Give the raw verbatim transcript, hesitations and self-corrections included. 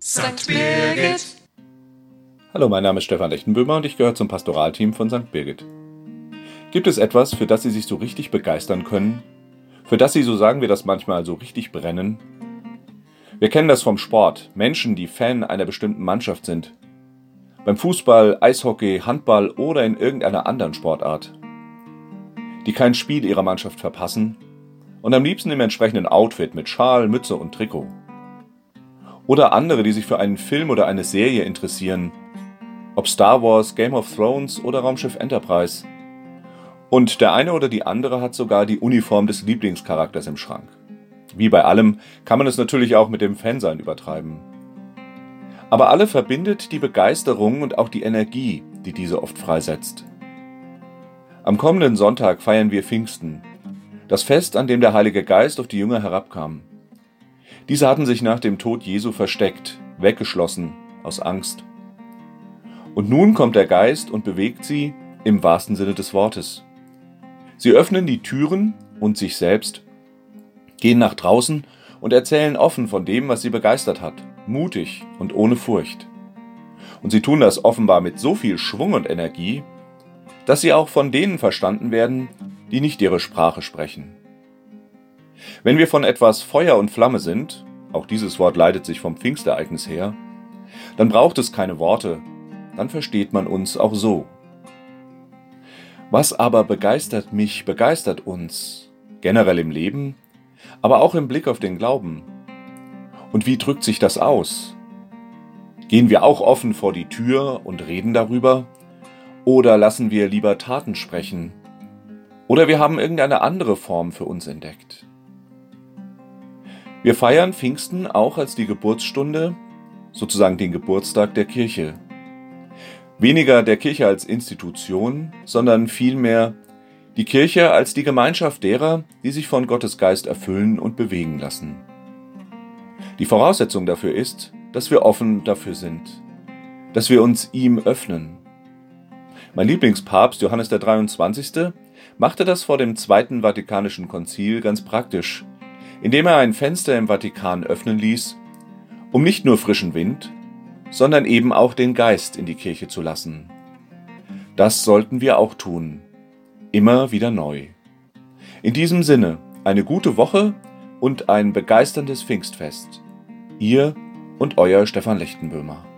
Sankt Birgit. Hallo, mein Name ist Stefan Lechtenböhmer und ich gehöre zum Pastoralteam von Sankt Birgit. Gibt es etwas, für das Sie sich so richtig begeistern können? Für das Sie, so sagen wir das manchmal, so richtig brennen? Wir kennen das vom Sport. Menschen, die Fan einer bestimmten Mannschaft sind. Beim Fußball, Eishockey, Handball oder in irgendeiner anderen Sportart. Die kein Spiel ihrer Mannschaft verpassen und am liebsten im entsprechenden Outfit mit Schal, Mütze und Trikot. Oder andere, die sich für einen Film oder eine Serie interessieren, ob Star Wars, Game of Thrones oder Raumschiff Enterprise. Und der eine oder die andere hat sogar die Uniform des Lieblingscharakters im Schrank. Wie bei allem kann man es natürlich auch mit dem Fansein übertreiben. Aber alle verbindet die Begeisterung und auch die Energie, die diese oft freisetzt. Am kommenden Sonntag feiern wir Pfingsten, das Fest, an dem der Heilige Geist auf die Jünger herabkam. Diese hatten sich nach dem Tod Jesu versteckt, weggeschlossen, aus Angst. Und nun kommt der Geist und bewegt sie im wahrsten Sinne des Wortes. Sie öffnen die Türen und sich selbst, gehen nach draußen und erzählen offen von dem, was sie begeistert hat, mutig und ohne Furcht. Und sie tun das offenbar mit so viel Schwung und Energie, dass sie auch von denen verstanden werden, die nicht ihre Sprache sprechen. Wenn wir von etwas Feuer und Flamme sind, auch dieses Wort leitet sich vom Pfingstereignis her, dann braucht es keine Worte, dann versteht man uns auch so. Was aber begeistert mich, begeistert uns, generell im Leben, aber auch im Blick auf den Glauben. Und wie drückt sich das aus? Gehen wir auch offen vor die Tür und reden darüber? Oder lassen wir lieber Taten sprechen? Oder wir haben irgendeine andere Form für uns entdeckt? Wir feiern Pfingsten auch als die Geburtsstunde, sozusagen den Geburtstag der Kirche. Weniger der Kirche als Institution, sondern vielmehr die Kirche als die Gemeinschaft derer, die sich von Gottes Geist erfüllen und bewegen lassen. Die Voraussetzung dafür ist, dass wir offen dafür sind, dass wir uns ihm öffnen. Mein Lieblingspapst Johannes der dreiundzwanzigste machte das vor dem Zweiten Vatikanischen Konzil ganz praktisch, indem er ein Fenster im Vatikan öffnen ließ, um nicht nur frischen Wind, sondern eben auch den Geist in die Kirche zu lassen. Das sollten wir auch tun, immer wieder neu. In diesem Sinne, eine gute Woche und ein begeisterndes Pfingstfest. Ihr und euer Stefan Lechtenböhmer.